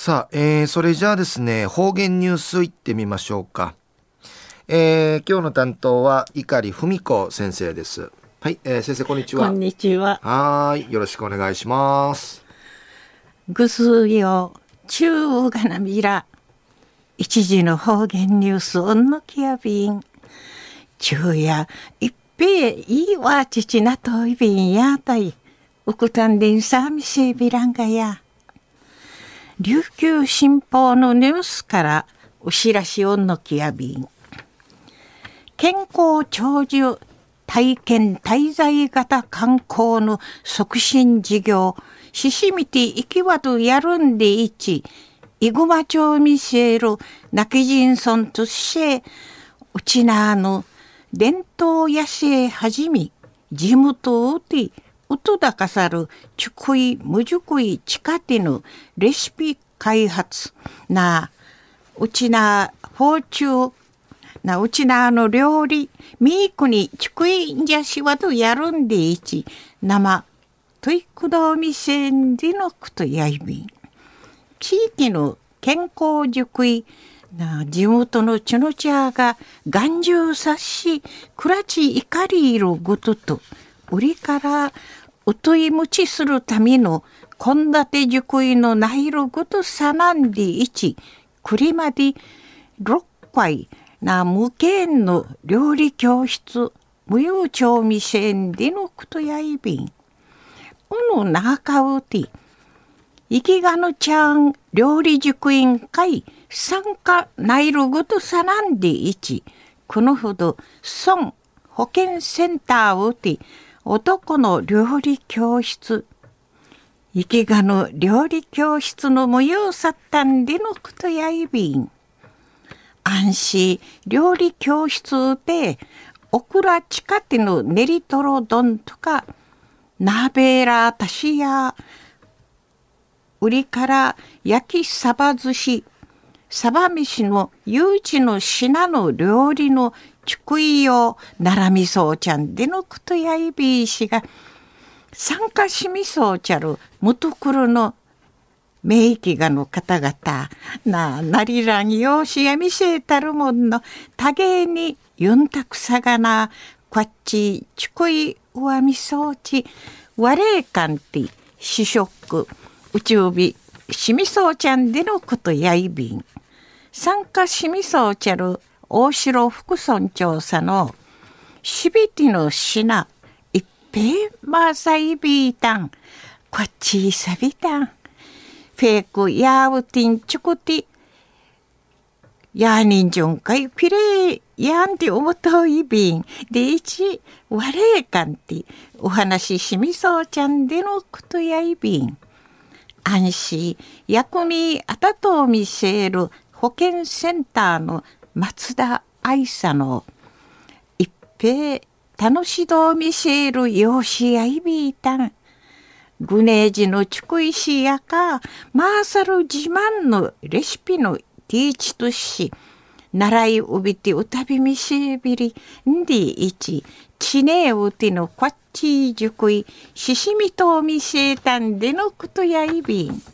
さあ、それじゃあですね、方言ニュースいってみましょうか。今日の担当は碇文子先生です。はい、先生こんにちは。 こんにちは。 はい、よろしくお願いします。 ぐすよ中がなみら一時の方言ニュースおんのきやびん昼夜一平いいわ父なといびんやたいうくたんでんさみせびらんがや琉球新報のニュースからお知らしおんのきやびん健康長寿体験滞在型観光の促進事業ししみていきわとやるんでいちいぐま町みせるなきじんそんとしてうちなの伝統野生はじみ地元うてうとだかさるちくいむじゅくいちかてぬレシピ開発なうちなフォーチューなうちなの料理みーくにちくいんじゃしわとやるんでいち生といくどみせんでのくとやいびん地域の健康塾いな地元のちのちゃが眼中さしくらちいかりいるぐとと売りからうといむちするためのこんだて塾いのないるぐとさなんでいちくりまで6回な無形の料理教室無用調味せんでのくとやいびんおのなかうていきがのちゃん料理塾員会参加ないるぐとさなんでいちこのほど村保健センターうて男の料理教室いきがの料理教室の無用さったんでのくとやいびん安心料理教室でオクラチカテの練りとろ丼とか鍋らたしや売りから焼きサバ寿司サバ飯の誘致の品の料理のちくいよならみそうちゃんでのくとやいびいしが参加しみそうちゃるむとくるの名域がの方々なりらんよしやみせたるもんの多芸にゆんたくさがなこっちちくいうわみそうちわれいかんて試食宇宙日しみそうちゃんでのことやいびん参加しみそうちゃる大城副村長さのしびての品一平まさいびいたんこっちさびたんフェイクやうてんちゅくてやにんじゅんかいピレやんておもといびんでいちわれいかんてお話しみそうちゃんでのことやいびん安心薬味あたとみせる保健センターの松田愛さの一平楽しどみせるようしやいびいたんぐねじのちくいしやかマーサル自慢のレシピのティーチとし習いうびてうたびみせびりんでいちちねうてのこっちじゅくいししみとみせたんでのことやいびん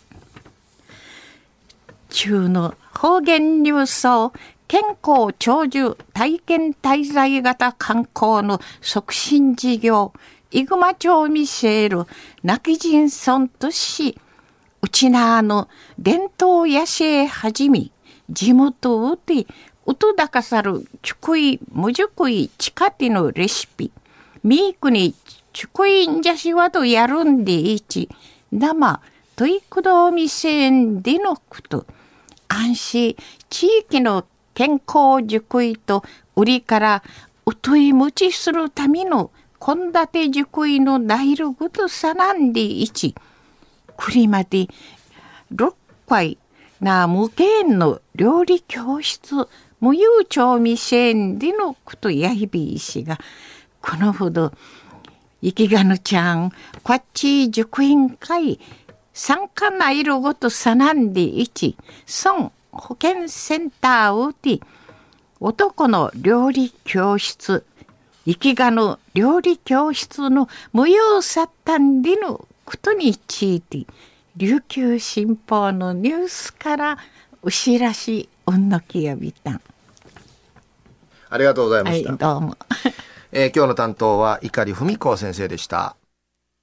中の方言ニュースを健康長寿体験滞在型観光の促進事業いぐま町みせるなきじん村としうちなの伝統野生はじみ地元うてうとだかさるちくいむじゅくいちかてのレシピみーくにちくいんじゃしわとやるんでいち生といくどみせんでのこと安心地域の健康塾いと売りからうといむちするためのこんだて塾いのないるぐとさなんでいちくりまで6回な無形の料理教室無有調味せんでのことやいびいしがこのほどいきがぬちゃんこっち塾員会参加ないるごとさなんでいち村保健センターうて男の料理教室いきがぬ料理教室の無用さったんでのことについて琉球新報のニュースからうしらしうんのきやびたん。 ありがとうございました。 はい、どうも。 今日の担当は碇文子先生でした。